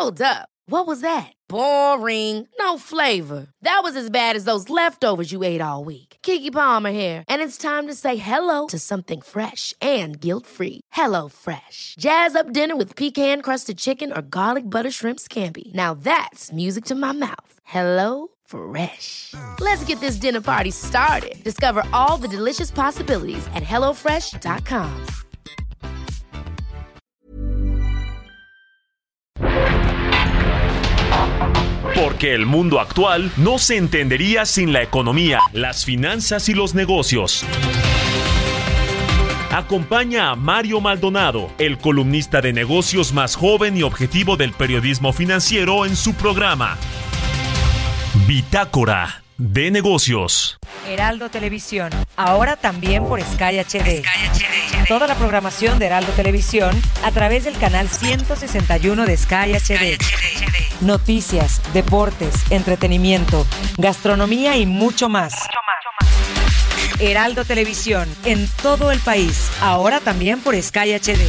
Hold up. What was that? Boring. No flavor. That was as bad as those leftovers you ate all week. Keke Palmer here, and it's time to say hello to something fresh and guilt-free. Hello Fresh. Jazz up dinner with pecan-crusted chicken or garlic butter shrimp scampi. Now that's music to my mouth. Hello Fresh. Let's get this dinner party started. Discover all the delicious possibilities at hellofresh.com. Porque el mundo actual no se entendería sin la economía, las finanzas y los negocios. Acompaña a Mario Maldonado, el columnista de negocios más joven y objetivo del periodismo financiero, en su programa Bitácora de Negocios. Heraldo Televisión, ahora también por Sky HD. Toda la programación de Heraldo Televisión a través del canal 161 de Sky HD. Noticias, deportes, entretenimiento, gastronomía y mucho más. Heraldo Televisión, en todo el país, ahora también por Sky HD.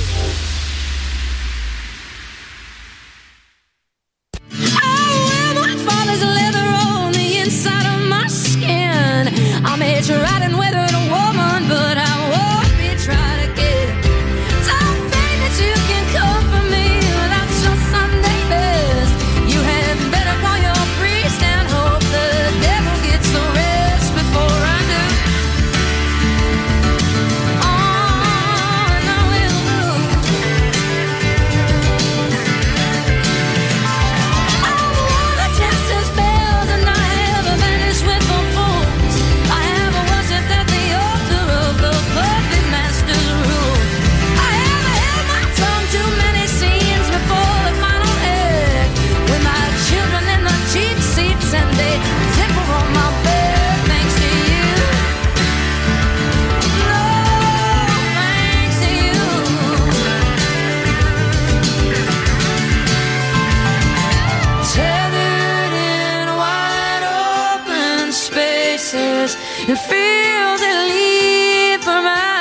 It feels that lead for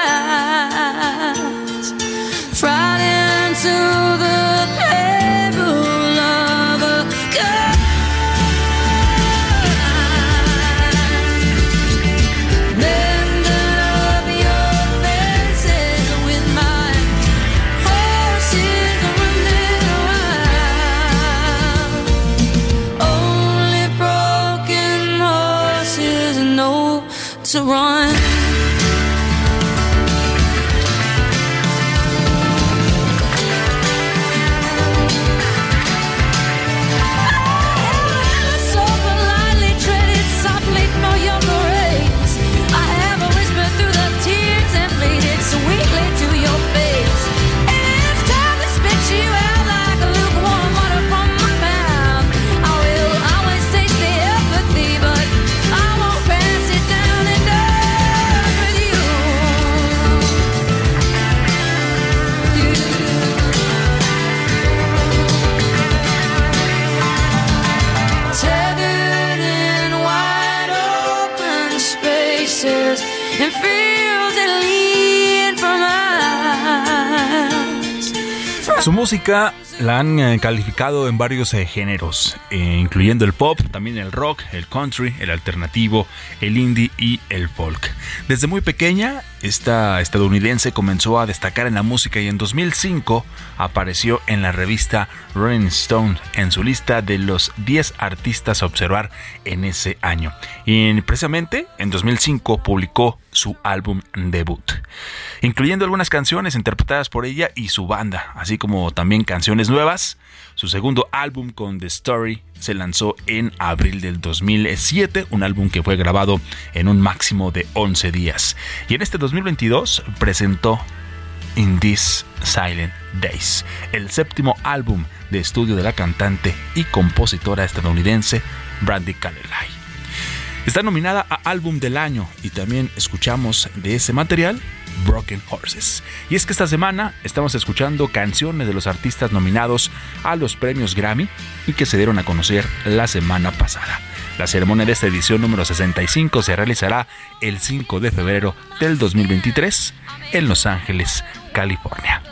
miles, right into the painful of a gun. Mending up your fences with my horses running wild. Only broken horses know to run. Su música la han calificado en varios géneros, incluyendo el pop, también el rock, el country, el alternativo, el indie y el folk. Desde muy pequeña, esta estadounidense comenzó a destacar en la música y en 2005 apareció en la revista Rolling Stone en su lista de los 10 artistas a observar en ese año. Y precisamente en 2005 publicó su álbum debut, incluyendo algunas canciones interpretadas por ella y su banda, así como también canciones nuevas. Su segundo álbum con The Story se lanzó en abril del 2007, un álbum que fue grabado en un máximo de 11 días. Y en este 2022 presentó In These Silent Days, el séptimo álbum de estudio de la cantante y compositora estadounidense Brandi Carlile. Está nominada a Álbum del Año y también escuchamos de ese material Broken Horses. Y es que esta semana estamos escuchando canciones de los artistas nominados a los premios Grammy y que se dieron a conocer la semana pasada. La ceremonia de esta edición número 65 se realizará el 5 de febrero del 2023 en Los Ángeles, California.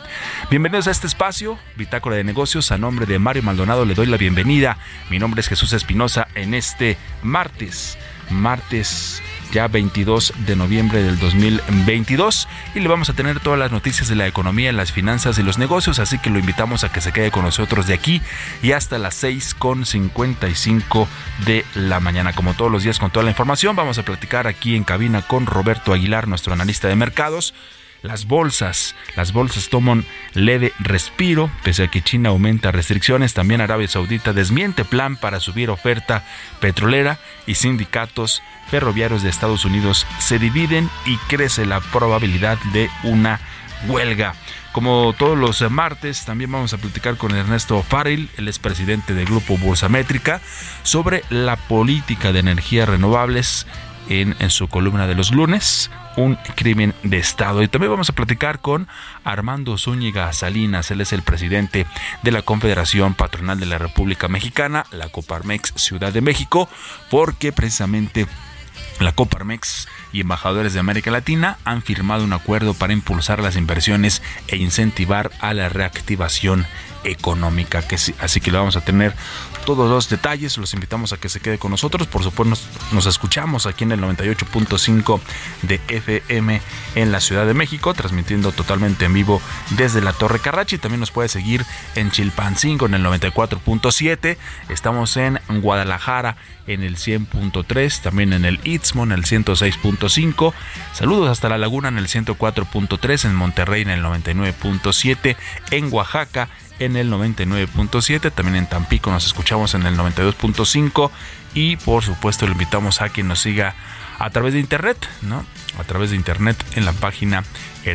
Bienvenidos a este espacio, Bitácora de Negocios. A nombre de Mario Maldonado le doy la bienvenida. Mi nombre es Jesús Espinosa en este martes ya 22 de noviembre del 2022, y le vamos a tener todas las noticias de la economía, las finanzas y los negocios, así que lo invitamos a que se quede con nosotros de aquí y hasta las 6:55 de la mañana. Como todos los días, con toda la información, vamos a platicar aquí en cabina con Roberto Aguilar, nuestro analista de mercados. Las bolsas toman leve respiro, pese a que China aumenta restricciones. También Arabia Saudita desmiente plan para subir oferta petrolera, y sindicatos ferroviarios de Estados Unidos se dividen y crece la probabilidad de una huelga. Como todos los martes, también vamos a platicar con Ernesto Farril, el expresidente del Grupo Bursamétrica, sobre la política de energías renovables en su columna de los lunes, un crimen de Estado. Y también vamos a platicar con Armando Zúñiga Salinas. Él es el presidente de la Confederación Patronal de la República Mexicana, la Coparmex Ciudad de México, porque precisamente la Coparmex y embajadores de América Latina han firmado un acuerdo para impulsar las inversiones e incentivar a la reactivación económica, así que le vamos a tener todos los detalles. Los invitamos a que se quede con nosotros. Por supuesto, nos escuchamos aquí en el 98.5 de FM en la Ciudad de México, transmitiendo totalmente en vivo desde la Torre Carrachi. También nos puede seguir en Chilpancingo en el 94.7. Estamos en Guadalajara en el 100.3, también en el Istmo en el 106.5. Saludos hasta La Laguna en el 104.3, en Monterrey en el 99.7, en Oaxaca en el 99.7, también en Tampico nos escuchamos en el 92.5, y por supuesto le invitamos a que nos siga a través de internet, ¿no? A través de internet en la página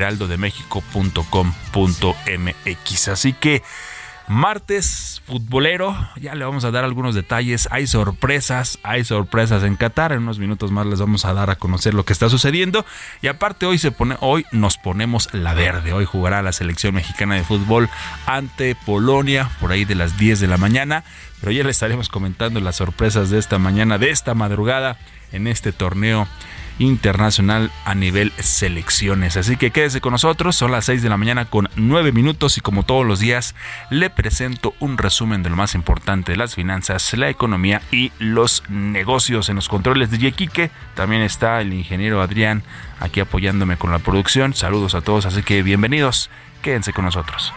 heraldodemexico.com.mx. Así que martes futbolero, ya le vamos a dar algunos detalles. Hay sorpresas en Qatar. En unos minutos más les vamos a dar a conocer lo que está sucediendo. Y aparte hoy nos ponemos la verde. Hoy jugará la selección mexicana de fútbol ante Polonia por ahí de las 10 de la mañana. Pero ya les estaremos comentando las sorpresas de esta mañana, de esta madrugada, en este torneo internacional a nivel selecciones. Así que quédese con nosotros. Son las 6 de la mañana con 9 minutos, y como todos los días le presento un resumen de lo más importante de las finanzas, la economía y los negocios. En los controles de Yequique también está el ingeniero Adrián aquí apoyándome con la producción. Saludos a todos, así que bienvenidos, quédense con nosotros.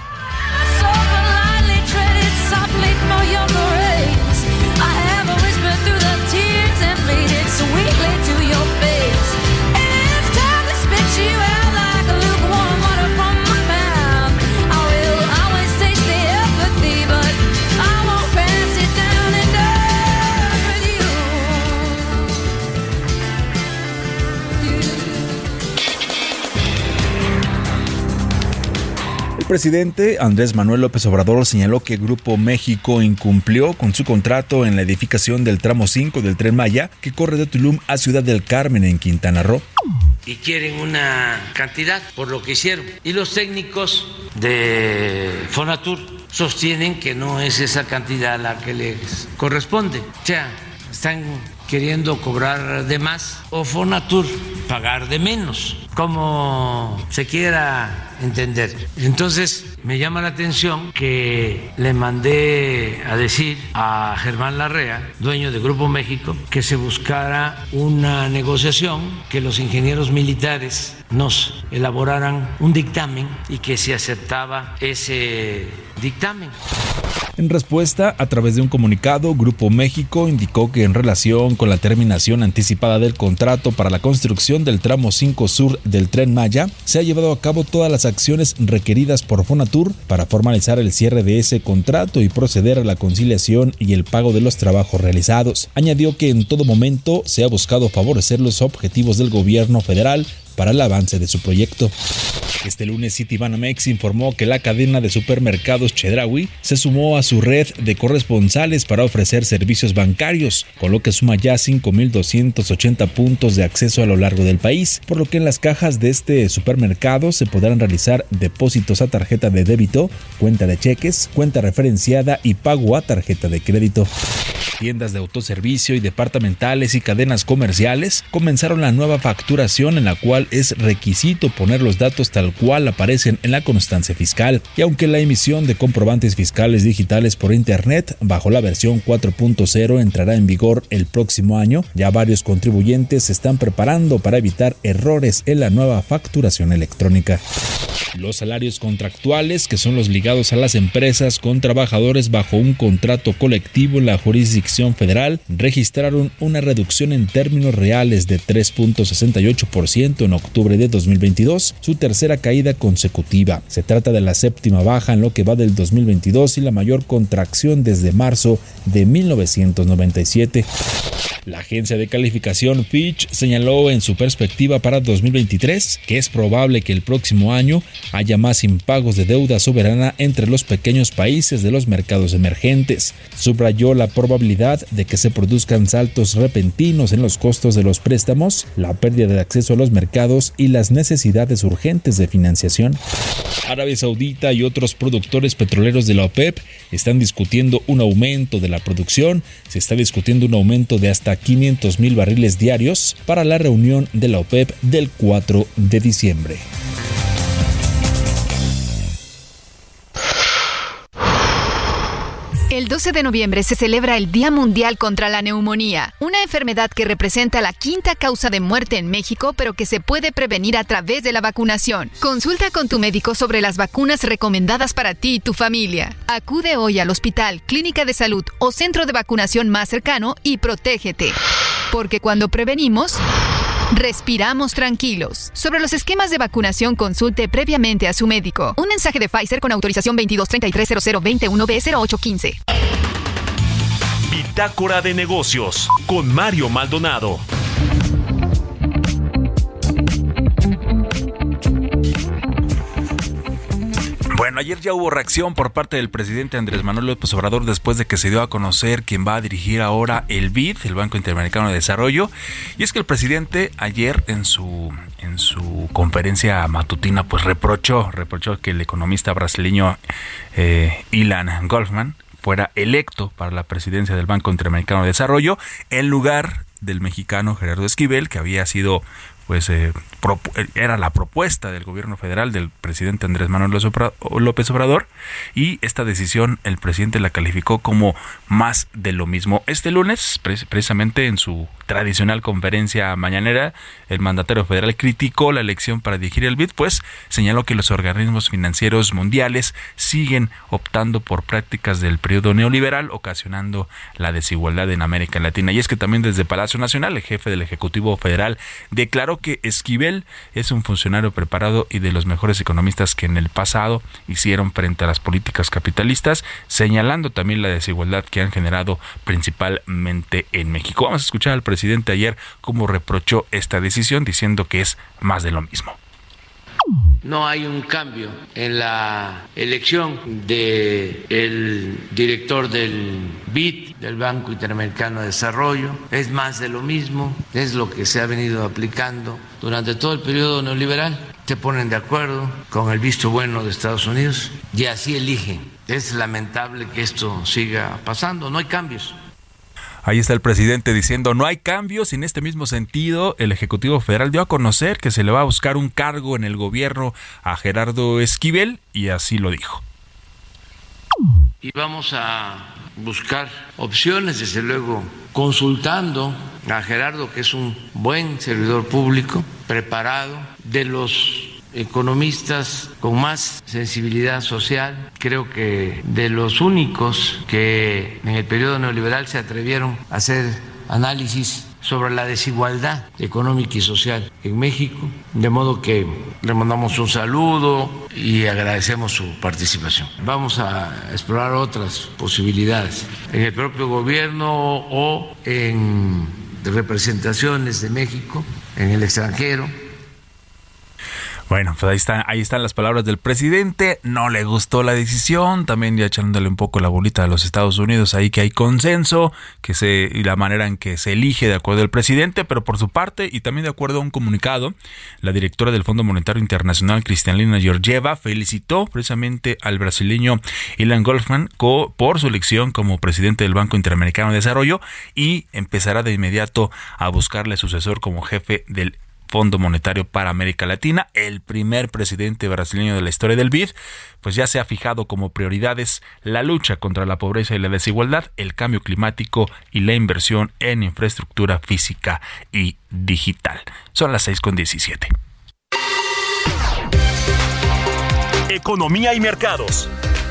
El presidente Andrés Manuel López Obrador señaló que Grupo México incumplió con su contrato en la edificación del tramo 5 del Tren Maya, que corre de Tulum a Ciudad del Carmen en Quintana Roo. Y quieren una cantidad por lo que hicieron. Y los técnicos de Fonatur sostienen que no es esa cantidad la que les corresponde. O sea, están queriendo cobrar de más o Fonatur pagar de menos, como se quiera entender. Entonces me llama la atención que le mandé a decir a Germán Larrea, dueño de Grupo México, que se buscara una negociación, que los ingenieros militares nos elaboraran un dictamen y que se aceptaba ese dictamen. En respuesta, a través de un comunicado, Grupo México indicó que en relación con la terminación anticipada del contrato para la construcción del tramo 5 sur del Tren Maya, se ha llevado a cabo todas las acciones requeridas por Fonatur para formalizar el cierre de ese contrato y proceder a la conciliación y el pago de los trabajos realizados. Añadió que en todo momento se ha buscado favorecer los objetivos del gobierno federal para el avance de su proyecto. Este lunes Citibanamex informó que la cadena de supermercados Chedraui se sumó a su red de corresponsales para ofrecer servicios bancarios, con lo que suma ya 5,280 puntos de acceso a lo largo del país, por lo que en las cajas de este supermercado se podrán realizar depósitos a tarjeta de débito, cuenta de cheques, cuenta referenciada y pago a tarjeta de crédito. Tiendas de autoservicio y departamentales y cadenas comerciales comenzaron la nueva facturación, en la cual es requisito poner los datos tal cual aparecen en la constancia fiscal, y aunque la emisión de comprobantes fiscales digitales por Internet bajo la versión 4.0 entrará en vigor el próximo año, ya varios contribuyentes se están preparando para evitar errores en la nueva facturación electrónica. Los salarios contractuales, que son los ligados a las empresas con trabajadores bajo un contrato colectivo en la jurisdicción federal, registraron una reducción en términos reales de 3.68% en octubre de 2022, su tercera caída consecutiva. Se trata de la séptima baja en lo que va del 2022 y la mayor contracción desde marzo de 1997. La agencia de calificación Fitch señaló en su perspectiva para 2023 que es probable que el próximo año haya más impagos de deuda soberana entre los pequeños países de los mercados emergentes. Subrayó la probabilidad de que se produzcan saltos repentinos en los costos de los préstamos, la pérdida de acceso a los mercados y las necesidades urgentes de financiación. Arabia Saudita y otros productores petroleros de la OPEP están discutiendo un aumento de la producción. Se está discutiendo un aumento de hasta 500,000 barriles diarios para la reunión de la OPEP del 4 de diciembre. El 12 de noviembre se celebra el Día Mundial contra la Neumonía, una enfermedad que representa la quinta causa de muerte en México, pero que se puede prevenir a través de la vacunación. Consulta con tu médico sobre las vacunas recomendadas para ti y tu familia. Acude hoy al hospital, clínica de salud o centro de vacunación más cercano y protégete. Porque cuando prevenimos, respiramos tranquilos. Sobre los esquemas de vacunación, consulte previamente a su médico. Un mensaje de Pfizer con autorización 22330021B0815. Bitácora de negocios con Mario Maldonado. Bueno, ayer ya hubo reacción por parte del presidente Andrés Manuel López Obrador después de que se dio a conocer quién va a dirigir ahora el BID, el Banco Interamericano de Desarrollo. Y es que el presidente ayer en su conferencia matutina pues reprochó que el economista brasileño Ilan Goldman fuera electo para la presidencia del Banco Interamericano de Desarrollo en lugar del mexicano Gerardo Esquivel, que había sido era la propuesta del gobierno federal del presidente Andrés Manuel López Obrador, y esta decisión el presidente la calificó como más de lo mismo. Este lunes, precisamente en su tradicional conferencia mañanera, el mandatario federal criticó la elección para dirigir el BID, pues señaló que los organismos financieros mundiales siguen optando por prácticas del periodo neoliberal, ocasionando la desigualdad en América Latina. Y es que también desde Palacio Nacional, el jefe del Ejecutivo Federal declaró que Esquivel es un funcionario preparado y de los mejores economistas que en el pasado hicieron frente a las políticas capitalistas, señalando también la desigualdad que han generado principalmente en México. Vamos a escuchar al presidente ayer cómo reprochó esta decisión, diciendo que es más de lo mismo. No hay un cambio en la elección del director del BID, del Banco Interamericano de Desarrollo. Es más de lo mismo, es lo que se ha venido aplicando durante todo el periodo neoliberal. Se ponen de acuerdo con el visto bueno de Estados Unidos y así eligen. Es lamentable que esto siga pasando, no hay cambios. Ahí está el presidente diciendo no hay cambios. En este mismo sentido, el Ejecutivo Federal dio a conocer que se le va a buscar un cargo en el gobierno a Gerardo Esquivel, y así lo dijo. Y vamos a buscar opciones, desde luego, consultando a Gerardo, que es un buen servidor público, preparado, de los economistas con más sensibilidad social, creo que de los únicos que en el periodo neoliberal se atrevieron a hacer análisis sobre la desigualdad económica y social en México, de modo que le mandamos un saludo y agradecemos su participación. Vamos a explorar otras posibilidades en el propio gobierno o en representaciones de México en el extranjero. Bueno, pues ahí están las palabras del presidente. No le gustó la decisión, también ya echándole un poco la bolita a los Estados Unidos, ahí que hay consenso, y la manera en que se elige de acuerdo al presidente, pero por su parte, y también de acuerdo a un comunicado, la directora del Fondo Monetario Internacional, Kristalina Georgieva, felicitó precisamente al brasileño Ilan Goldman por su elección como presidente del Banco Interamericano de Desarrollo, y empezará de inmediato a buscarle sucesor como jefe del Fondo Monetario para América Latina, el primer presidente brasileño de la historia del BID, pues ya se ha fijado como prioridades la lucha contra la pobreza y la desigualdad, el cambio climático y la inversión en infraestructura física y digital. Son las 6:17. Economía y mercados.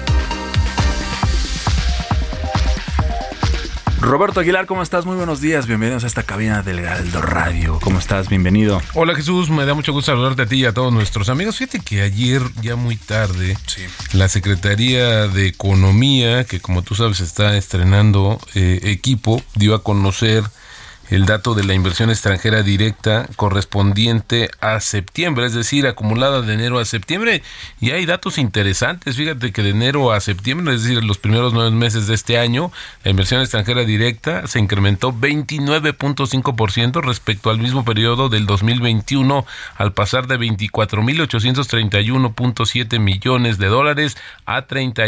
Roberto Aguilar, ¿cómo estás? Muy buenos días, bienvenidos a esta cabina del Heraldo Radio. ¿Cómo estás? Bienvenido. Hola Jesús, me da mucho gusto saludarte a ti y a todos nuestros amigos. Fíjate que ayer, ya muy tarde, la Secretaría de Economía, que como tú sabes está estrenando equipo, dio a conocer el dato de la inversión extranjera directa correspondiente a septiembre, es decir, acumulada de enero a septiembre, y hay datos interesantes. Fíjate que de enero a septiembre, es decir, los primeros 9 meses de este año, la inversión extranjera directa se incrementó 29.5% respecto al mismo periodo del 2021, al pasar de 24.831.7 millones de dólares a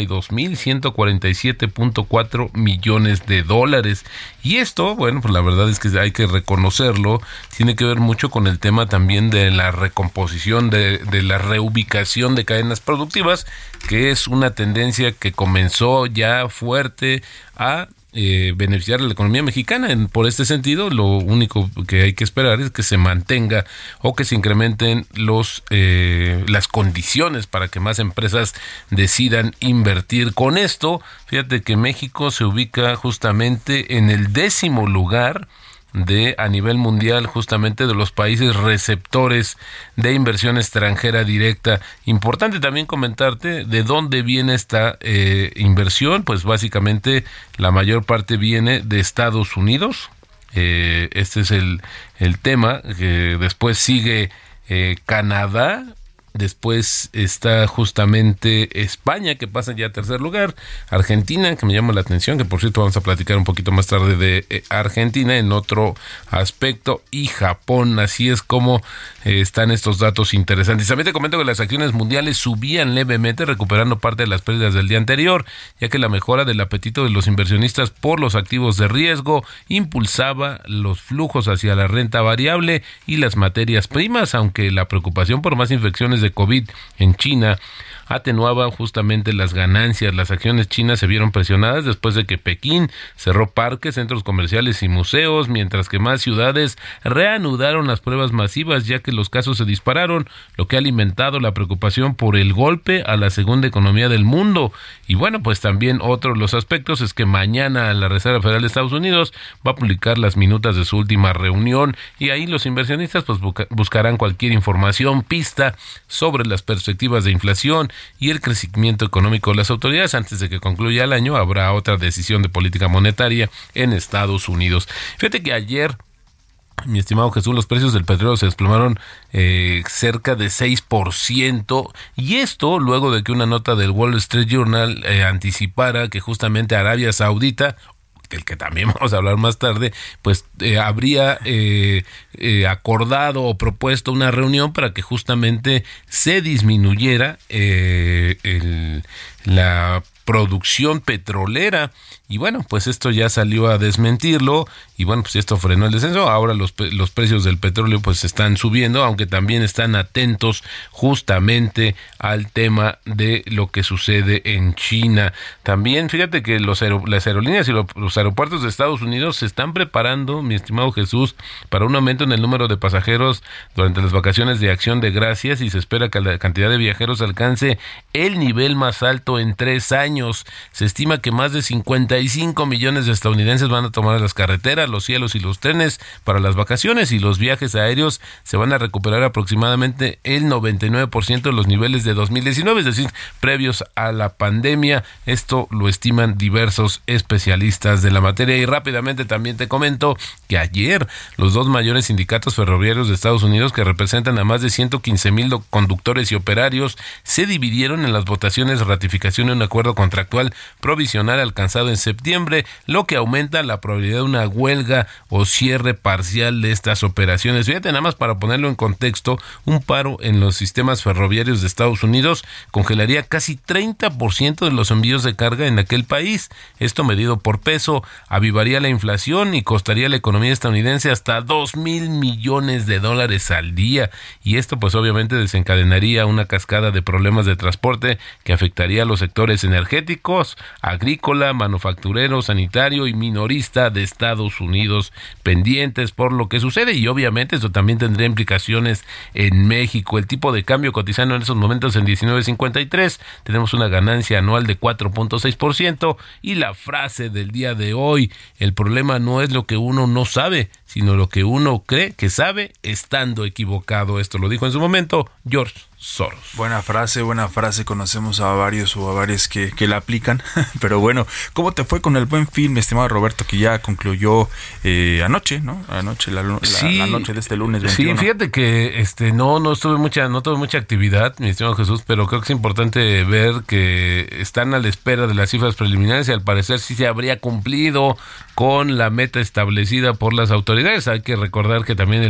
32.147.4 millones de dólares. Y esto, bueno, pues la verdad es que hay que reconocerlo, tiene que ver mucho con el tema también de la recomposición, de la reubicación de cadenas productivas, que es una tendencia que comenzó ya fuerte a beneficiar a la economía mexicana. Por este sentido, lo único que hay que esperar es que se mantenga o que se incrementen las condiciones para que más empresas decidan invertir. Con esto, fíjate que México se ubica justamente en el 10º lugar a nivel mundial, justamente de los países receptores de inversión extranjera directa. Importante también comentarte de dónde viene esta inversión. Pues básicamente la mayor parte viene de Estados Unidos. Este es el tema. Después sigue Canadá. Después está justamente España, que pasa ya a tercer lugar, Argentina, que me llama la atención, que por cierto vamos a platicar un poquito más tarde de Argentina en otro aspecto, y Japón. Así es como están estos datos interesantes. También te comento que las acciones mundiales subían levemente, recuperando parte de las pérdidas del día anterior, ya que la mejora del apetito de los inversionistas por los activos de riesgo impulsaba los flujos hacia la renta variable y las materias primas, aunque la preocupación por más infecciones de COVID en China atenuaba justamente las ganancias. Las acciones chinas se vieron presionadas después de que Pekín cerró parques, centros comerciales y museos, mientras que más ciudades reanudaron las pruebas masivas, ya que los casos se dispararon, lo que ha alimentado la preocupación por el golpe a la segunda economía del mundo. Y bueno, pues también otro de los aspectos es que mañana la Reserva Federal de Estados Unidos va a publicar las minutas de su última reunión, y ahí los inversionistas pues buscarán cualquier información, pista sobre las perspectivas de inflación y el crecimiento económico de las autoridades. Antes de que concluya el año, habrá otra decisión de política monetaria en Estados Unidos. Fíjate que ayer, mi estimado Jesús, los precios del petróleo se desplomaron cerca de 6%, y esto luego de que una nota del Wall Street Journal anticipara que justamente Arabia Saudita, del que también vamos a hablar más tarde, pues habría acordado o propuesto una reunión para que justamente se disminuyera la producción petrolera. Y bueno, pues esto ya salió a desmentirlo, y bueno, pues esto frenó el descenso. Ahora los precios del petróleo pues están subiendo, aunque también están atentos justamente al tema de lo que sucede en China. También fíjate que las aerolíneas y los aeropuertos de Estados Unidos se están preparando, mi estimado Jesús, para un aumento en el número de pasajeros durante las vacaciones de Acción de Gracias, y se espera que la cantidad de viajeros alcance el nivel más alto en 3 años. Se estima que más de 55 millones de estadounidenses van a tomar las carreteras, los cielos y los trenes para las vacaciones, y los viajes aéreos se van a recuperar aproximadamente el 99% de los niveles de 2019, es decir, previos a la pandemia. Esto lo estiman diversos especialistas de la materia. Y rápidamente también te comento que ayer los 2 mayores sindicatos ferroviarios de Estados Unidos, que representan a más de 115,000 conductores y operarios, se dividieron en las votaciones de ratificación de un acuerdo contractual provisional alcanzado en septiembre, lo que aumenta la probabilidad de una huelga o cierre parcial de estas operaciones. Fíjate, nada más para ponerlo en contexto, un paro en los sistemas ferroviarios de Estados Unidos congelaría casi 30% de los envíos de carga en aquel país. Esto medido por peso avivaría la inflación y costaría a la economía estadounidense hasta $2,000 millones al día, y esto pues obviamente desencadenaría una cascada de problemas de transporte que afectaría a los sectores energéticos, agrícola, manufacturero, sanitario y minorista de Estados Unidos, pendientes por lo que sucede. Y obviamente esto también tendría implicaciones en México. El tipo de cambio cotizando en esos momentos en 19.53, tenemos una ganancia anual de 4.6%, y la frase del día de hoy: el problema no es lo que uno no sabe, sino lo que uno cree que sabe estando equivocado. Esto lo dijo en su momento George Soros. Buena frase. Conocemos a varios o a varias que la aplican. Pero bueno, ¿cómo te fue con el Buen Fin, mi estimado Roberto, que ya concluyó anoche, ¿no? Anoche, la noche de este lunes 21. Sí, fíjate que no tuve mucha actividad, mi estimado Jesús, pero creo que es importante ver que están a la espera de las cifras preliminares y al parecer sí se habría cumplido con la meta establecida por las autoridades. Hay que recordar que también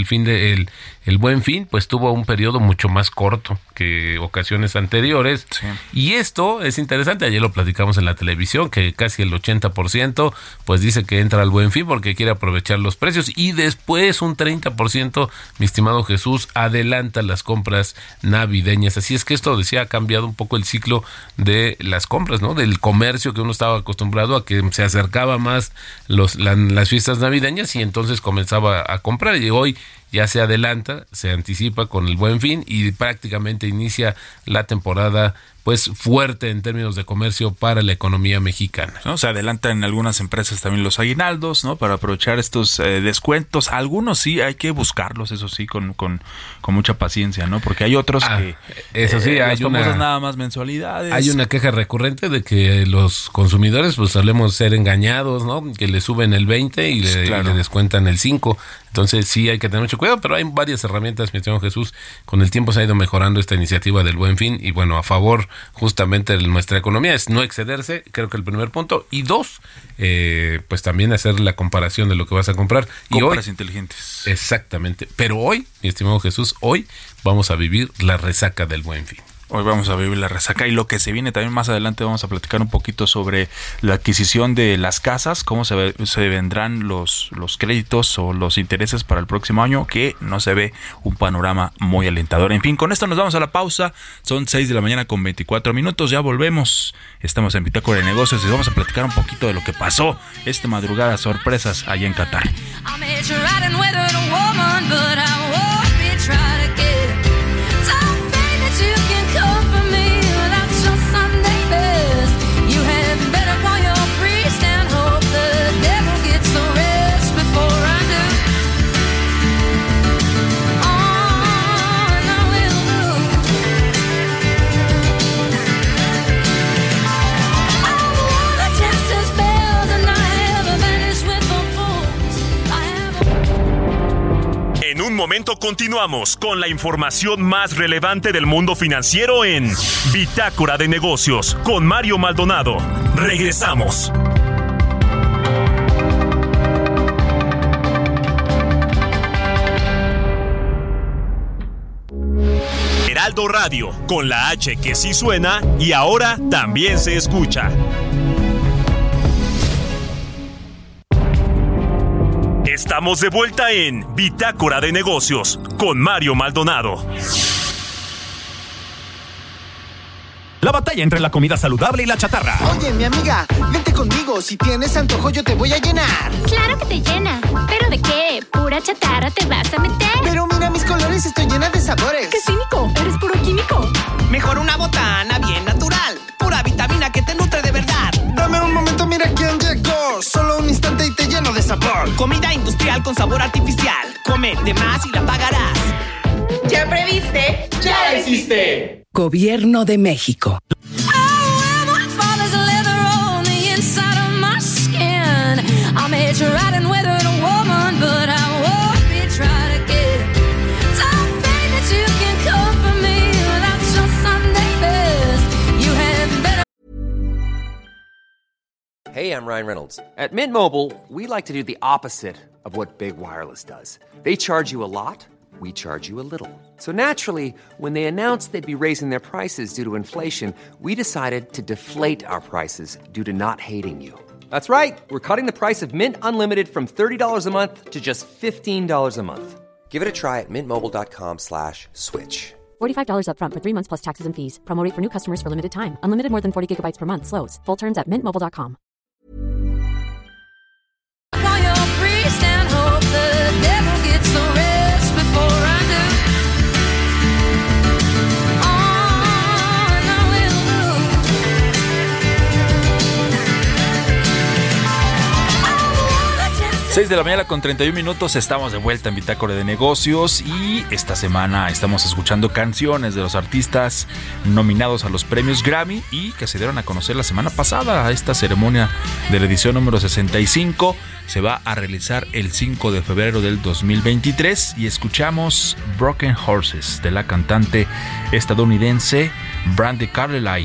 el Buen Fin pues tuvo un periodo mucho más corto que ocasiones anteriores. Sí. Y esto es interesante, ayer lo platicamos en la televisión, que casi el 80% pues dice que entra al Buen Fin porque quiere aprovechar los precios, y después un 30%, mi estimado Jesús, adelanta las compras navideñas. Así es que esto, decía, ha cambiado un poco el ciclo de las compras, ¿no? Del comercio, que uno estaba acostumbrado a que se acercaba más las fiestas navideñas y entonces comenzaba a comprar, y hoy ya se adelanta, se anticipa con el Buen Fin y prácticamente inicia la temporada pues fuerte en términos de comercio para la economía mexicana. ¿No? Se adelantan en algunas empresas también los aguinaldos, ¿no? Para aprovechar estos descuentos. Algunos sí hay que buscarlos, eso sí, con mucha paciencia, ¿no? Porque hay otros que eso sí, hay las famosas nada más mensualidades. Hay una queja recurrente de que los consumidores pues solemos ser engañados, ¿no? Que le suben el 20 y le descuentan el 5. Entonces sí hay que tener mucho cuidado, pero hay varias herramientas, mi estimado Jesús. Con el tiempo se ha ido mejorando esta iniciativa del Buen Fin y bueno, a favor justamente de nuestra economía es no excederse, creo que el primer punto, y dos, pues también hacer la comparación de lo que vas a comprar. Compras inteligentes. Exactamente, pero hoy, mi estimado Jesús, hoy vamos a vivir la resaca del Buen Fin. Hoy vamos a vivir la resaca y lo que se viene también más adelante. Vamos a platicar un poquito sobre la adquisición de las casas, cómo se vendrán los créditos o los intereses para el próximo año, que no se ve un panorama muy alentador. En fin, con esto nos vamos a la pausa. Son 6:24 a.m. Ya volvemos. Estamos en Bitácora de Negocios y vamos a platicar un poquito de lo que pasó esta madrugada, sorpresas allá en Qatar. En un momento continuamos con la información más relevante del mundo financiero en Bitácora de Negocios con Mario Maldonado. Regresamos. Heraldo Radio, con la H que sí suena y ahora también se escucha. Estamos de vuelta en Bitácora de Negocios con Mario Maldonado. La batalla entre la comida saludable y la chatarra. Oye, mi amiga, vente conmigo. Si tienes antojo, yo te voy a llenar. Claro que te llena. ¿Pero de qué? ¿Pura chatarra te vas a meter? Pero mira mis colores, estoy llena de sabores. ¡Qué cínico! Eres puro químico. Mejor una botana bien natural. Pura vitamina que te nutre de verdad. Dame un momento, mira quién llegó. Solo un instante y te lleno de sabor. Comida industrial con sabor artificial. Come de más y la pagarás. ¿Ya previste? ¡Ya la hiciste! Gobierno de México. Hey, I'm Ryan Reynolds. At Mint Mobile, we like to do the opposite of what Big Wireless does. They charge you a lot, we charge you a little. So naturally, when they announced they'd be raising their prices due to inflation, we decided to deflate our prices due to not hating you. That's right. We're cutting the price of Mint Unlimited from $30 a month to just $15 a month. Give it a try at mintmobile.com/switch. $45 up front for 3 months plus taxes and fees. Promo rate for new customers for limited time. Unlimited more than 40 gigabytes per month. Slows full terms at mintmobile.com. Call your priest and hope the devil gets the rest before I do. All I will do. 6 de la mañana con 31 minutos, estamos de vuelta en Bitácora de Negocios y esta semana estamos escuchando canciones de los artistas nominados a los premios Grammy y que se dieron a conocer la semana pasada. A esta ceremonia de la edición número 65 se va a realizar el 5 de febrero del 2023 y escuchamos Broken Horses de la cantante estadounidense Brandi Carlile.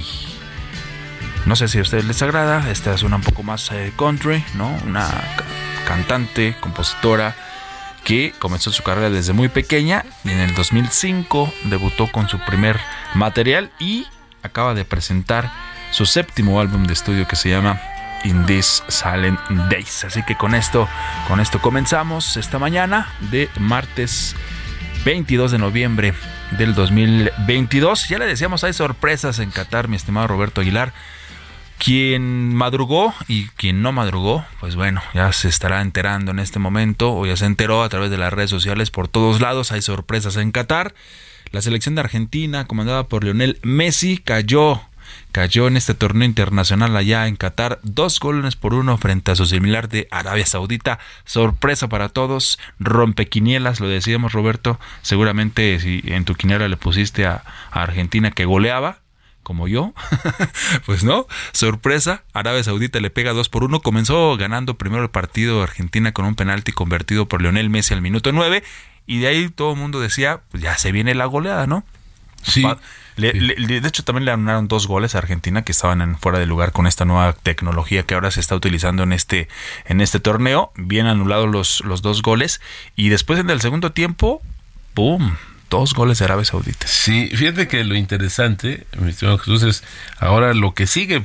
No sé si a ustedes les agrada, esta suena un poco más country, ¿no? Una cantante, compositora que comenzó su carrera desde muy pequeña y en el 2005 debutó con su primer material y acaba de presentar su séptimo álbum de estudio que se llama In These Silent Days. Así que con esto comenzamos esta mañana de martes 22 de noviembre del 2022. Ya le decíamos, hay sorpresas en Qatar, mi estimado Roberto Aguilar. Quien madrugó y quien no madrugó, pues bueno, ya se estará enterando en este momento, o ya se enteró a través de las redes sociales. Por todos lados hay sorpresas en Qatar. La selección de Argentina, comandada por Lionel Messi, cayó en este torneo internacional allá en Qatar, 2-1 frente a su similar de Arabia Saudita. Sorpresa para todos, rompequinielas, lo decíamos, Roberto. Seguramente si en tu quiniela le pusiste a Argentina que goleaba, como yo, pues no, sorpresa, Arabia Saudita le pega 2-1, comenzó ganando primero el partido Argentina con un penalti convertido por Lionel Messi al minuto 9, y de ahí todo el mundo decía, pues ya se viene la goleada, ¿no? Sí. De hecho también le anularon 2 goles a Argentina que estaban fuera de lugar con esta nueva tecnología que ahora se está utilizando en este torneo, bien anulados los 2 goles, y después en el segundo tiempo, ¡pum!, 2 goles de Arabia Saudita. Sí, fíjate que lo interesante, mi estimado Jesús, es ahora lo que sigue,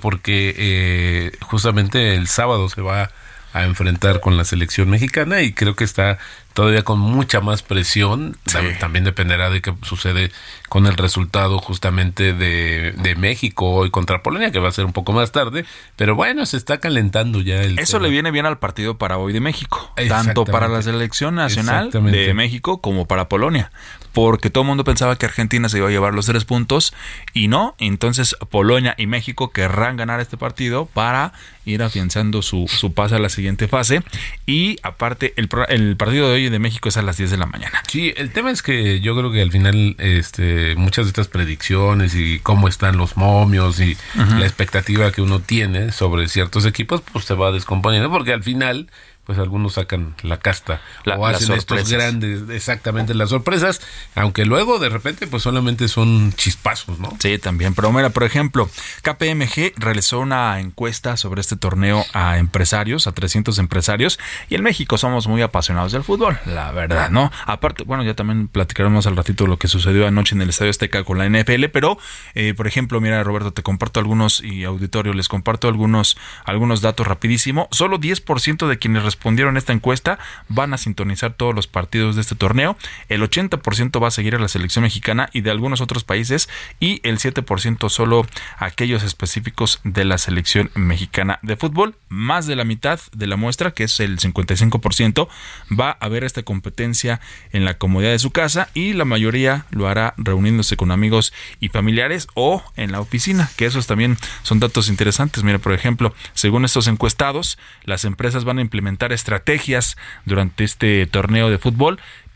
porque justamente el sábado se va a enfrentar con la selección mexicana y creo que está todavía con mucha más presión. Sí. También dependerá de qué sucede con el resultado justamente de México hoy contra Polonia, que va a ser un poco más tarde, pero bueno, se está calentando ya el Eso tema. Le viene bien al partido para hoy de México, tanto para la selección nacional de México como para Polonia, porque todo el mundo pensaba que Argentina se iba a llevar los 3 puntos y no, entonces Polonia y México querrán ganar este partido para ir afianzando su pase a la siguiente fase. Y aparte el partido de hoy de México es a las 10 de la mañana. Sí, el tema es que yo creo que al final muchas de estas predicciones y cómo están los momios y la expectativa que uno tiene sobre ciertos equipos, pues se va descomponiendo, porque al final pues algunos sacan la casta o hacen estos grandes, exactamente, las sorpresas, aunque luego de repente pues solamente son chispazos, ¿no? Sí, también, pero mira, por ejemplo, KPMG realizó una encuesta sobre este torneo a empresarios, a 300 empresarios, y en México somos muy apasionados del fútbol, la verdad, ¿no? Aparte, bueno, ya también platicaremos al ratito lo que sucedió anoche en el Estadio Azteca con la NFL, pero, por ejemplo, mira, Roberto, te comparto algunos, y auditorio, les comparto algunos datos rapidísimo. Solo 10% de quienes respondieron a esta encuesta van a sintonizar todos los partidos de este torneo, el 80% va a seguir a la selección mexicana y de algunos otros países, y el 7% solo aquellos específicos de la selección mexicana de fútbol. Más de la mitad de la muestra, que es el 55%, va a ver esta competencia en la comodidad de su casa, y la mayoría lo hará reuniéndose con amigos y familiares o en la oficina, que esos también son datos interesantes. Mira, por ejemplo, según estos encuestados, las empresas van a implementar estrategias durante este torneo de fútbol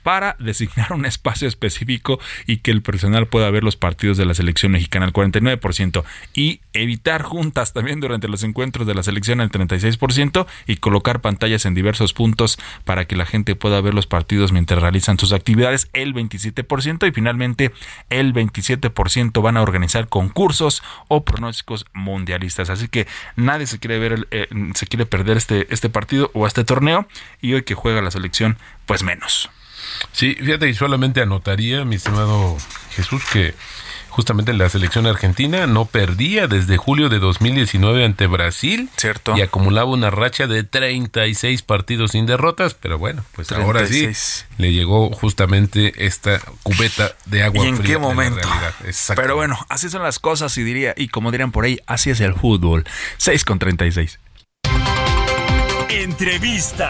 para designar un espacio específico y que el personal pueda ver los partidos de la selección mexicana al 49%, y evitar juntas también durante los encuentros de la selección al 36%, y colocar pantallas en diversos puntos para que la gente pueda ver los partidos mientras realizan sus actividades el 27%, y finalmente el 27% van a organizar concursos o pronósticos mundialistas. Así que nadie se quiere perder este partido o este torneo, y hoy que juega la selección, pues menos. Sí, fíjate, y solamente anotaría, mi estimado Jesús, que justamente la selección argentina no perdía desde julio de 2019 ante Brasil. Cierto. Y acumulaba una racha de 36 partidos sin derrotas, pero bueno, pues 36. Ahora sí le llegó justamente esta cubeta de agua fría. ¿Y en qué momento? Pero bueno, así son las cosas, y como dirían por ahí, así es el fútbol. 6:36. Entrevista.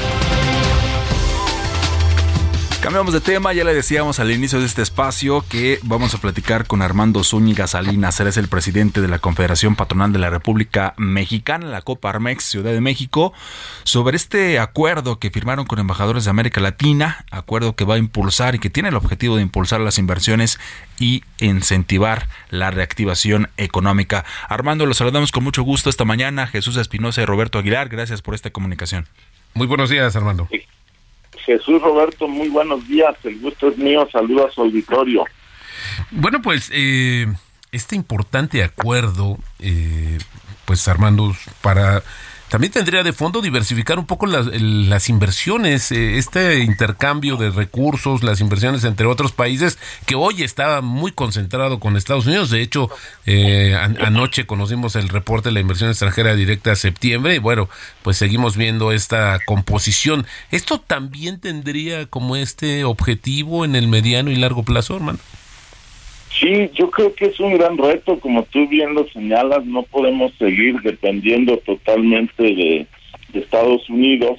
Cambiamos de tema, ya le decíamos al inicio de este espacio que vamos a platicar con Armando Zúñiga Salinas. Él es el presidente de la Confederación Patronal de la República Mexicana, la Coparmex Ciudad de México, sobre este acuerdo que firmaron con embajadores de América Latina, acuerdo que va a impulsar y que tiene el objetivo de impulsar las inversiones y incentivar la reactivación económica. Armando, los saludamos con mucho gusto esta mañana. Jesús Espinosa y Roberto Aguilar, gracias por esta comunicación. Muy buenos días, Armando. Jesús, Roberto, muy buenos días, el gusto es mío, saludos a su auditorio. Bueno, pues este importante acuerdo, pues Armando, también tendría de fondo diversificar un poco las inversiones, este intercambio de recursos, las inversiones entre otros países, que hoy está muy concentrado con Estados Unidos. De hecho, anoche conocimos el reporte de la inversión extranjera directa a septiembre, y bueno, pues seguimos viendo esta composición. ¿Esto también tendría como este objetivo en el mediano y largo plazo, hermano? Sí, yo creo que es un gran reto, como tú bien lo señalas, no podemos seguir dependiendo totalmente de Estados Unidos,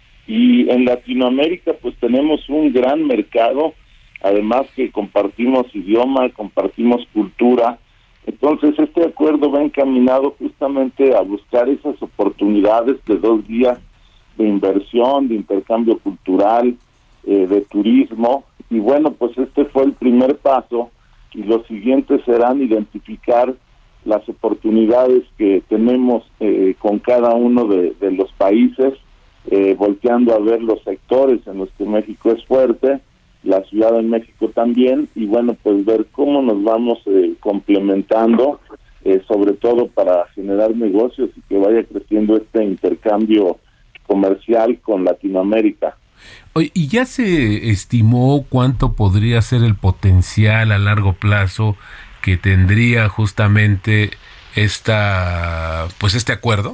y en Latinoamérica pues tenemos un gran mercado, además que compartimos idioma, compartimos cultura. Entonces este acuerdo va encaminado justamente a buscar esas oportunidades de 2 días de inversión, de intercambio cultural, de turismo, y bueno, pues este fue el primer paso, y los siguientes serán identificar las oportunidades que tenemos con cada uno de los países, volteando a ver los sectores en los que México es fuerte, la Ciudad de México también, y bueno, pues ver cómo nos vamos complementando, sobre todo para generar negocios y que vaya creciendo este intercambio comercial con Latinoamérica. ¿Y ya se estimó cuánto podría ser el potencial a largo plazo que tendría justamente este acuerdo?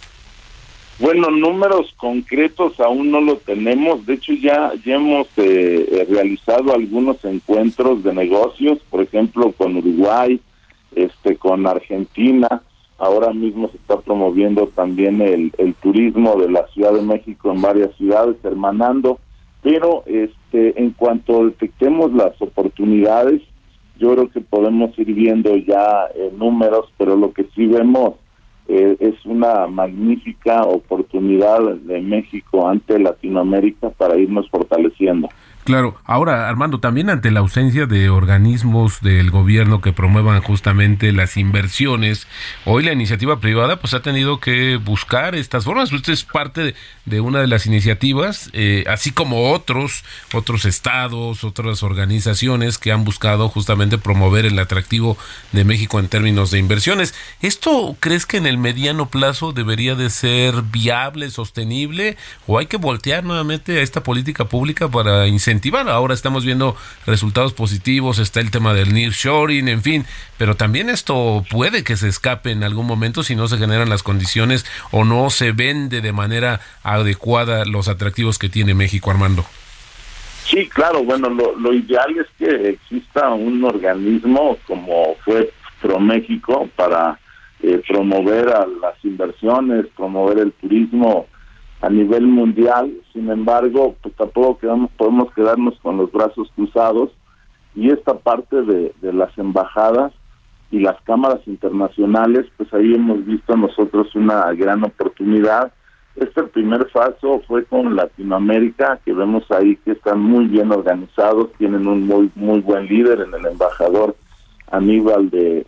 Bueno, números concretos aún no lo tenemos. De hecho, ya hemos realizado algunos encuentros de negocios, por ejemplo, con Uruguay, con Argentina. Ahora mismo se está promoviendo también el turismo de la Ciudad de México en varias ciudades, hermanando. Pero en cuanto detectemos las oportunidades, yo creo que podemos ir viendo ya números, pero lo que sí vemos es una magnífica oportunidad de México ante Latinoamérica para irnos fortaleciendo. Claro. Ahora, Armando, también ante la ausencia de organismos del gobierno que promuevan justamente las inversiones, hoy la iniciativa privada pues ha tenido que buscar estas formas. Usted es parte de una de las iniciativas, así como otros estados, otras organizaciones que han buscado justamente promover el atractivo de México en términos de inversiones. ¿Esto crees que en el mediano plazo debería de ser viable, sostenible, o hay que voltear nuevamente a esta política pública para incentivar? Ahora estamos viendo resultados positivos, está el tema del nearshoring, en fin, pero también esto puede que se escape en algún momento si no se generan las condiciones o no se vende de manera adecuada los atractivos que tiene México, Armando. Sí, claro, bueno, lo ideal es que exista un organismo como fue ProMéxico para promover a las inversiones, promover el turismo a nivel mundial. Sin embargo, pues tampoco podemos quedarnos con los brazos cruzados, y esta parte de las embajadas y las cámaras internacionales, pues ahí hemos visto nosotros una gran oportunidad. Este primer paso fue con Latinoamérica, que vemos ahí que están muy bien organizados, tienen un muy buen líder en el embajador Aníbal de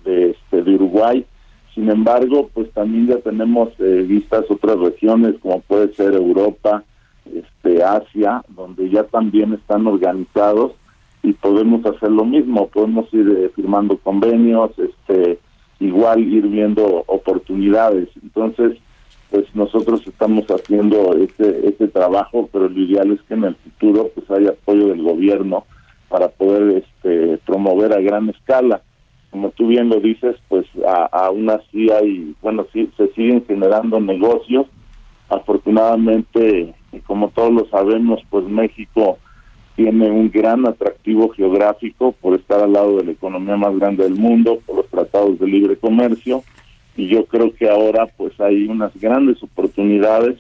Uruguay. Sin embargo, pues también ya tenemos vistas otras regiones, como puede ser Europa, Asia, donde ya también están organizados y podemos hacer lo mismo, podemos ir firmando convenios, igual ir viendo oportunidades. Entonces, pues nosotros estamos haciendo este trabajo, pero lo ideal es que en el futuro pues haya apoyo del gobierno para poder promover a gran escala. Como tú bien lo dices, pues aún así sí se siguen generando negocios. Afortunadamente, como todos lo sabemos, pues México tiene un gran atractivo geográfico por estar al lado de la economía más grande del mundo, por los tratados de libre comercio, y yo creo que ahora pues hay unas grandes oportunidades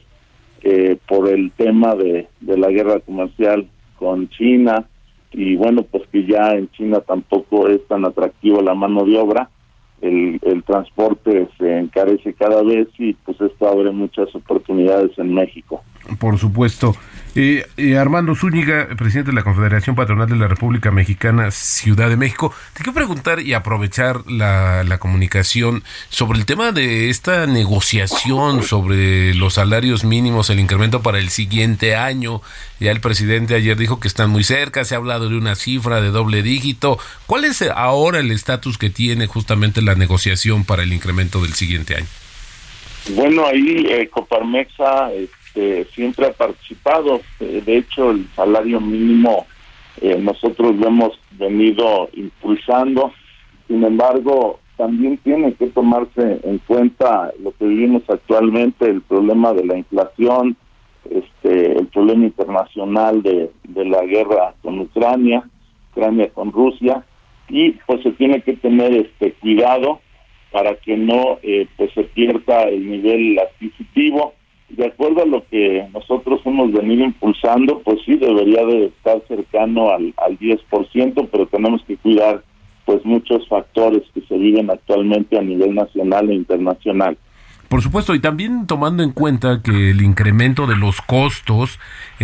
por el tema de la guerra comercial con China, y bueno, pues que ya en China tampoco es tan atractivo la mano de obra, el transporte se encarece cada vez y pues esto abre muchas oportunidades en México. Por supuesto. Armando Zúñiga, presidente de la Confederación Patronal de la República Mexicana, Ciudad de México. Te quiero preguntar y aprovechar la comunicación sobre el tema de esta negociación sobre los salarios mínimos, el incremento para el siguiente año. Ya el presidente ayer dijo que están muy cerca, se ha hablado de una cifra de doble dígito. ¿Cuál es ahora el estatus que tiene justamente la negociación para el incremento del siguiente año? Bueno, ahí Coparmexa siempre ha participado. De hecho, el salario mínimo nosotros lo hemos venido impulsando. Sin embargo, también tiene que tomarse en cuenta lo que vivimos actualmente, el problema de la inflación, el problema internacional de la guerra con Ucrania con Rusia, y pues se tiene que tener cuidado para que no pues se pierda el nivel adquisitivo. De acuerdo a lo que nosotros hemos venido impulsando, pues sí debería de estar cercano al 10%, pero tenemos que cuidar pues muchos factores que se viven actualmente a nivel nacional e internacional. Por supuesto, y también tomando en cuenta que el incremento de los costos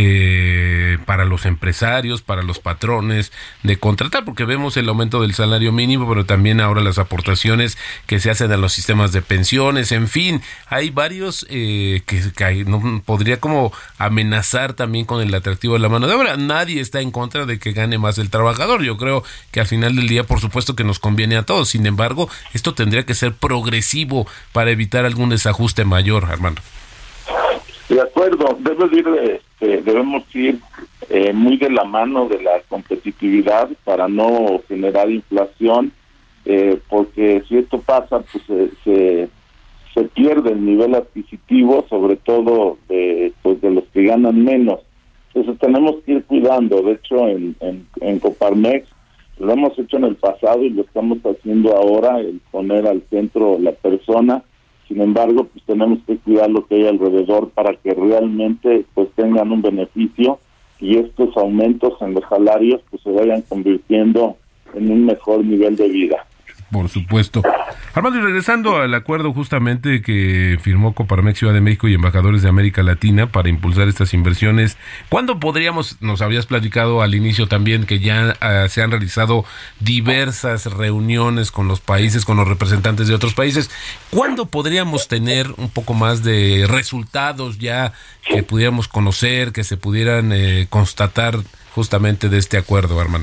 para los empresarios, para los patrones de contratar, porque vemos el aumento del salario mínimo, pero también ahora las aportaciones que se hacen a los sistemas de pensiones, en fin, hay varios que no podría como amenazar también con el atractivo de la mano de obra. Nadie está en contra de que gane más el trabajador. Yo creo que al final del día, por supuesto que nos conviene a todos. Sin embargo, esto tendría que ser progresivo para evitar algún desajuste mayor, Armando. De acuerdo, debemos ir muy de la mano de la competitividad para no generar inflación, porque si esto pasa, pues se pierde el nivel adquisitivo, sobre todo de los que ganan menos. Entonces tenemos que ir cuidando. De hecho, en Coparmex lo hemos hecho en el pasado y lo estamos haciendo ahora, el poner al centro la persona. Sin embargo, pues tenemos que cuidar lo que hay alrededor para que realmente pues tengan un beneficio y estos aumentos en los salarios pues se vayan convirtiendo en un mejor nivel de vida. Por supuesto. Armando, y regresando al acuerdo justamente que firmó Coparmex Ciudad de México y embajadores de América Latina para impulsar estas inversiones, ¿cuándo podríamos, nos habías platicado al inicio también que ya se han realizado diversas reuniones con los países, con los representantes de otros países, ¿cuándo podríamos tener un poco más de resultados ya que pudiéramos conocer, que se pudieran constatar justamente de este acuerdo, Armando?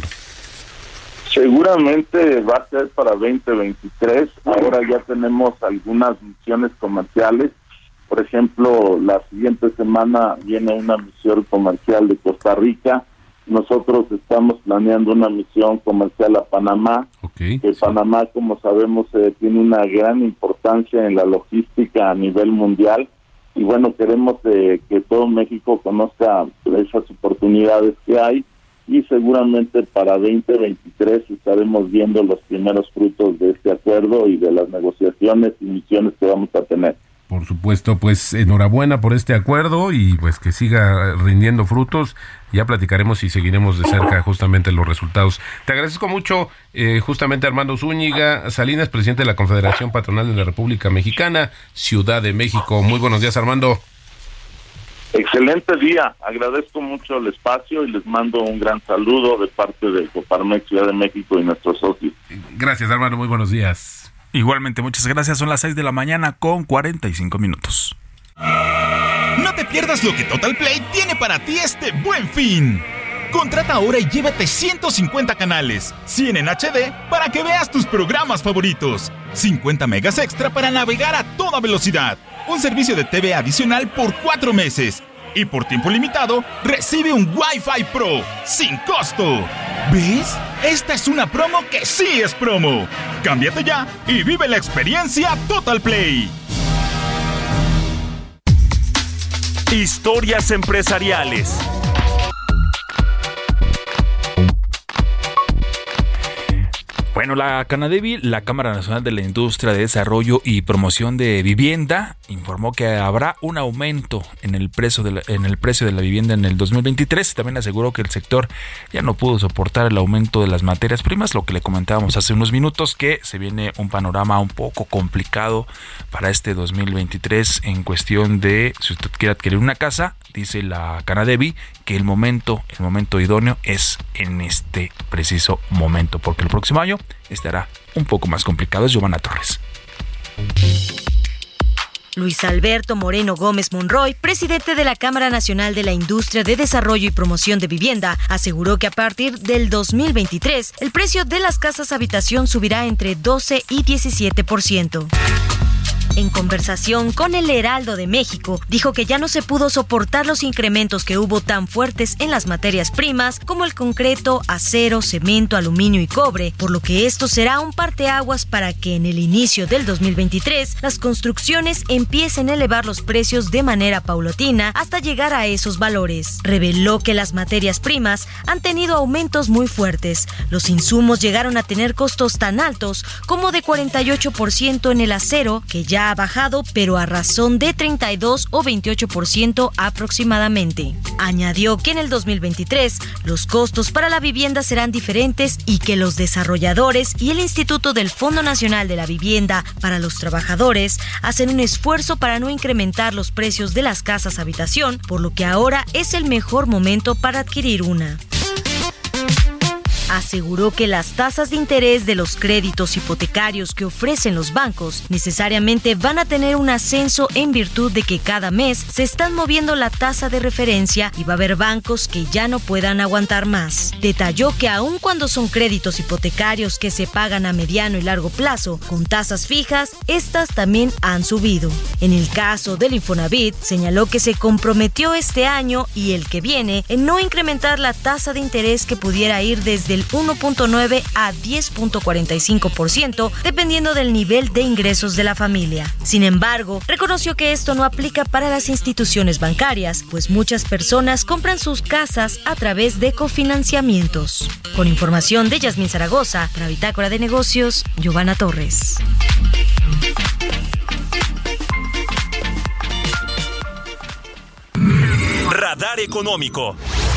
Seguramente va a ser para 2023. Ahora ya tenemos algunas misiones comerciales. Por ejemplo, la siguiente semana viene una misión comercial de Costa Rica. Nosotros estamos planeando una misión comercial a Panamá. Okay, que Panamá, como sabemos, tiene una gran importancia en la logística a nivel mundial. Y bueno, queremos que todo México conozca esas oportunidades que hay. Y seguramente para 2023 estaremos viendo los primeros frutos de este acuerdo y de las negociaciones y misiones que vamos a tener. Por supuesto, pues enhorabuena por este acuerdo y pues que siga rindiendo frutos. Ya platicaremos y seguiremos de cerca justamente los resultados. Te agradezco mucho justamente Armando Zúñiga Salinas, presidente de la Confederación Patronal de la República Mexicana, Ciudad de México. Muy buenos días, Armando. Excelente día, agradezco mucho el espacio y les mando un gran saludo de parte de Coparmex Ciudad de México y nuestros socios. Gracias, hermano, muy buenos días. Igualmente, muchas gracias. Son las 6:45 a.m. No te pierdas lo que Total Play tiene para ti este Buen Fin. Contrata ahora y llévate 150 canales, 100 en HD para que veas tus programas favoritos, 50 megas extra para navegar a toda velocidad, un servicio de TV adicional por 4 meses y por tiempo limitado recibe un Wi-Fi Pro sin costo. ¿Ves? Esta es una promo que sí es promo. Cámbiate ya y vive la experiencia Total Play. Historias empresariales. Bueno, la Canadevi, la Cámara Nacional de la Industria de Desarrollo y Promoción de Vivienda, informó que habrá un aumento en el precio de la vivienda en el 2023. También aseguró que el sector ya no pudo soportar el aumento de las materias primas, lo que le comentábamos hace unos minutos, que se viene un panorama un poco complicado para este 2023 en cuestión de si usted quiere adquirir una casa. Dice la Canadevi que el momento idóneo es en este preciso momento, porque el próximo año estará un poco más complicado. Es Giovanna Torres. Luis Alberto Moreno Gómez Monroy, presidente de la Cámara Nacional de la Industria de Desarrollo y Promoción de Vivienda, aseguró que a partir del 2023 el precio de las casas habitación subirá entre 12 y 17%. En conversación con el Heraldo de México, dijo que ya no se pudo soportar los incrementos que hubo tan fuertes en las materias primas como el concreto, acero, cemento, aluminio y cobre, por lo que esto será un parteaguas para que en el inicio del 2023 las construcciones empiecen a elevar los precios de manera paulatina hasta llegar a esos valores. Reveló que las materias primas han tenido aumentos muy fuertes. Los insumos llegaron a tener costos tan altos como de 48% en el acero, que ya ha bajado, pero a razón de 32 o 28% aproximadamente. Añadió que en el 2023 los costos para la vivienda serán diferentes y que los desarrolladores y el Instituto del Fondo Nacional de la Vivienda para los Trabajadores hacen un esfuerzo para no incrementar los precios de las casas habitación, por lo que ahora es el mejor momento para adquirir una. Aseguró que las tasas de interés de los créditos hipotecarios que ofrecen los bancos necesariamente van a tener un ascenso en virtud de que cada mes se están moviendo la tasa de referencia y va a haber bancos que ya no puedan aguantar más. Detalló que aun cuando son créditos hipotecarios que se pagan a mediano y largo plazo con tasas fijas, estas también han subido. En el caso del Infonavit, señaló que se comprometió este año y el que viene en no incrementar la tasa de interés que pudiera ir desde el 1.9 a 10.45%, dependiendo del nivel de ingresos de la familia. Sin embargo, reconoció que esto no aplica para las instituciones bancarias, pues muchas personas compran sus casas a través de cofinanciamientos. Con información de Yasmín Zaragoza, para Bitácora de Negocios, Giovanna Torres. Radar Económico.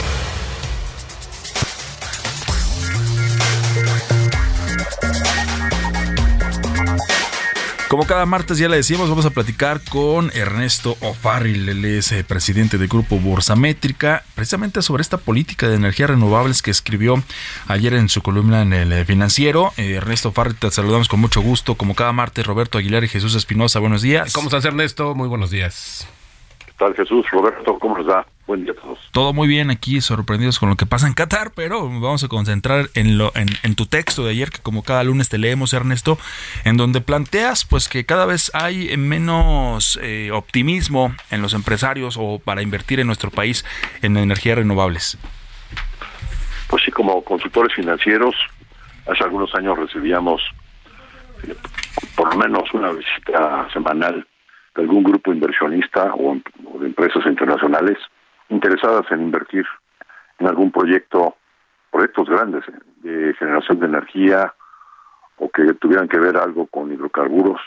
Como cada martes ya le decíamos, vamos a platicar con Ernesto O'Farrill. Él es presidente del Grupo Bursamétrica, precisamente sobre esta política de energías renovables que escribió ayer en su columna en El Financiero. Ernesto O'Farrill, te saludamos con mucho gusto. Como cada martes, Roberto Aguilar y Jesús Espinosa, buenos días. ¿Cómo estás, Ernesto? Muy buenos días. ¿Qué tal, Jesús? Roberto, ¿cómo les va? Buen día a todos. Todo muy bien aquí, sorprendidos con lo que pasa en Qatar, pero vamos a concentrar en tu texto de ayer, que como cada lunes te leemos, Ernesto, en donde planteas pues que cada vez hay menos optimismo en los empresarios o para invertir en nuestro país en energías renovables. Pues sí, como consultores financieros, hace algunos años recibíamos por lo menos una visita semanal de algún grupo inversionista o de empresas internacionales interesadas en invertir en algún proyectos grandes de generación de energía o que tuvieran que ver algo con hidrocarburos.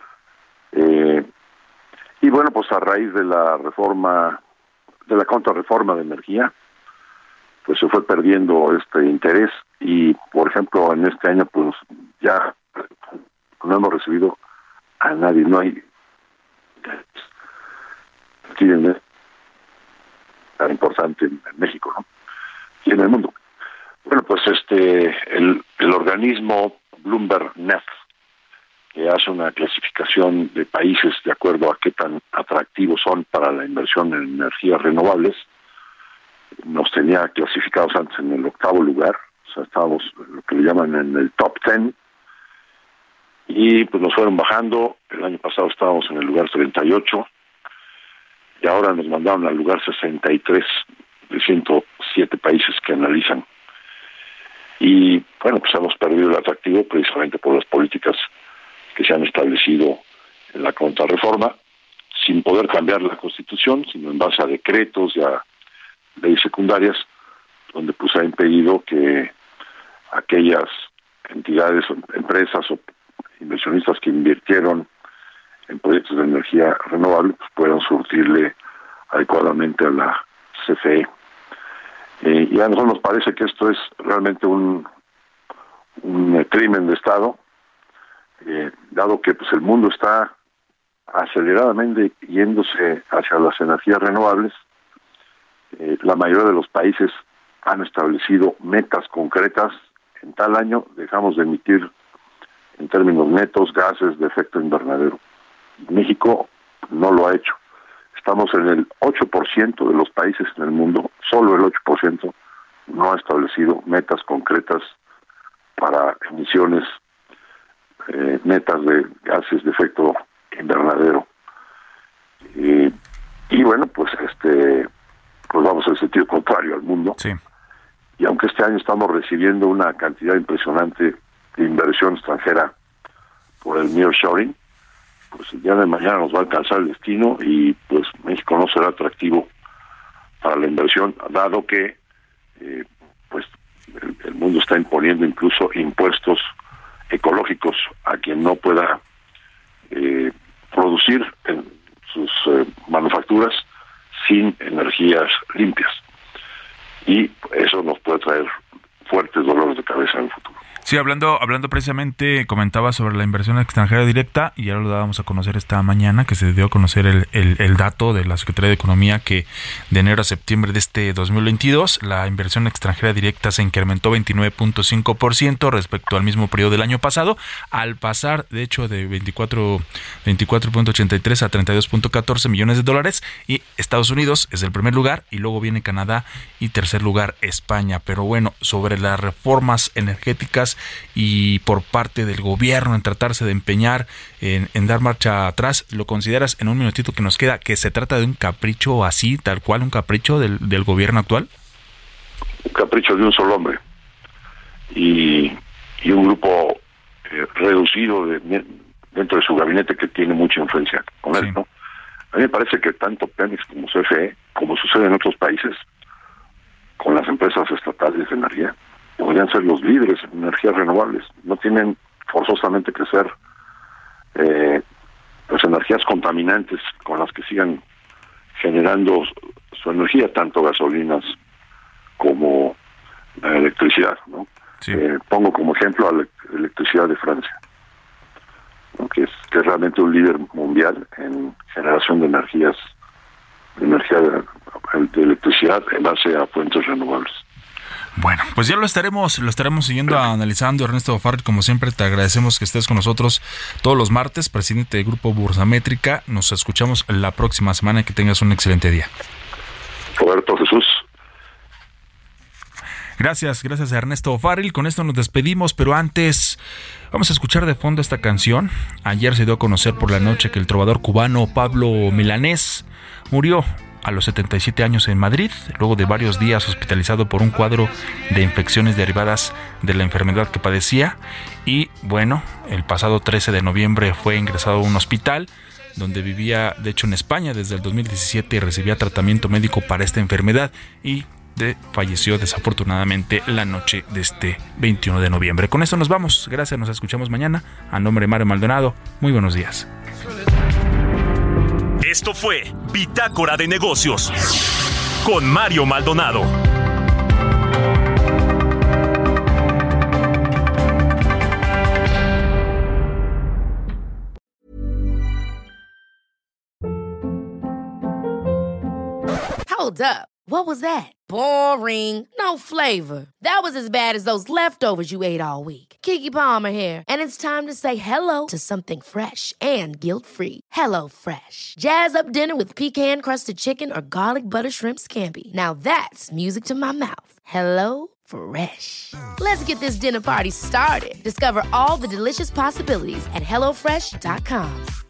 Y bueno, pues a raíz de la contrarreforma de energía, pues se fue perdiendo este interés y, por ejemplo, en este año pues ya no hemos recibido a nadie, no hay interesante en México, ¿no? Y en el mundo. Bueno, pues el organismo Bloomberg Net, que hace una clasificación de países de acuerdo a qué tan atractivos son para la inversión en energías renovables, nos tenía clasificados antes en el 8º lugar, o sea, estábamos lo que le llaman en el top 10, y pues nos fueron bajando. El año pasado estábamos en el lugar 38, y ahora nos mandaron al lugar 63 de 107 países que analizan. Y bueno, pues hemos perdido el atractivo precisamente por las políticas que se han establecido en la contrarreforma, sin poder cambiar la Constitución, sino en base a decretos y a leyes secundarias, donde pues ha impedido que aquellas entidades, empresas o inversionistas que invirtieron en proyectos de energía renovable pues puedan surtirle adecuadamente a la CFE. Y a nosotros nos parece que esto es realmente un crimen de Estado, dado que pues el mundo está aceleradamente yéndose hacia las energías renovables. La mayoría de los países han establecido metas concretas. En tal año dejamos de emitir en términos netos gases de efecto invernadero. México no lo ha hecho. Estamos en el 8% de los países en el mundo, solo el 8% no ha establecido metas concretas para emisiones netas de gases de efecto invernadero. Y bueno, pues vamos en el sentido contrario al mundo. Sí. Y aunque este año estamos recibiendo una cantidad impresionante de inversión extranjera por el nearshoring, pues el día de mañana nos va a alcanzar el destino y pues México no será atractivo para la inversión, dado que pues el mundo está imponiendo incluso impuestos ecológicos a quien no pueda producir en sus manufacturas sin energías limpias, y eso nos puede traer fuertes dolores de cabeza en el futuro. Sí, hablando precisamente, comentaba sobre la inversión extranjera directa, y ya lo dábamos a conocer esta mañana, que se dio a conocer el dato de la Secretaría de Economía, que de enero a septiembre de este 2022, la inversión extranjera directa se incrementó 29.5% respecto al mismo periodo del año pasado, al pasar, de hecho, de 24.83 a 32.14 millones de dólares, y Estados Unidos es el primer lugar, y luego viene Canadá, y tercer lugar España. Pero bueno, sobre las reformas energéticas y por parte del gobierno en tratarse de empeñar en dar marcha atrás, ¿lo consideras, en un minutito que nos queda, que se trata de un capricho así, tal cual, un capricho del gobierno actual? Un capricho de un solo hombre y un grupo reducido dentro de su gabinete, que tiene mucha influencia con él, ¿no? A mí me parece que tanto Pemex como CFE, como sucede en otros países con las empresas estatales de energía, podrían ser los líderes en energías renovables. No tienen forzosamente que ser pues energías contaminantes con las que sigan generando su energía, tanto gasolinas como la electricidad, ¿no? Sí. Pongo como ejemplo a la electricidad de Francia, ¿no? que es realmente un líder mundial en generación de energía de electricidad en base a fuentes renovables. Bueno, pues ya lo estaremos siguiendo, analizando. Ernesto Farril, como siempre, te agradecemos que estés con nosotros todos los martes, presidente del Grupo Bursamétrica. Nos escuchamos la próxima semana y que tengas un excelente día. Roberto Jesús. Gracias a Ernesto Farril. Con esto nos despedimos, pero antes vamos a escuchar de fondo esta canción. Ayer se dio a conocer por la noche que el trovador cubano Pablo Milanés murió a los 77 años en Madrid, luego de varios días hospitalizado por un cuadro de infecciones derivadas de la enfermedad que padecía. Y bueno, el pasado 13 de noviembre fue ingresado a un hospital donde vivía, de hecho, en España desde el 2017, y recibía tratamiento médico para esta enfermedad, y falleció desafortunadamente la noche de este 21 de noviembre. Con esto nos vamos. Gracias, nos escuchamos mañana. A nombre de Mario Maldonado, muy buenos días. Esto fue Bitácora de Negocios con Mario Maldonado. Hold up. What was that? Boring. No flavor. That was as bad as those leftovers you ate all week. Keke Palmer here, and it's time to say hello to something fresh and guilt-free. HelloFresh. Jazz up dinner with pecan-crusted chicken or garlic butter shrimp scampi. Now that's music to my mouth. HelloFresh. Let's get this dinner party started. Discover all the delicious possibilities at HelloFresh.com.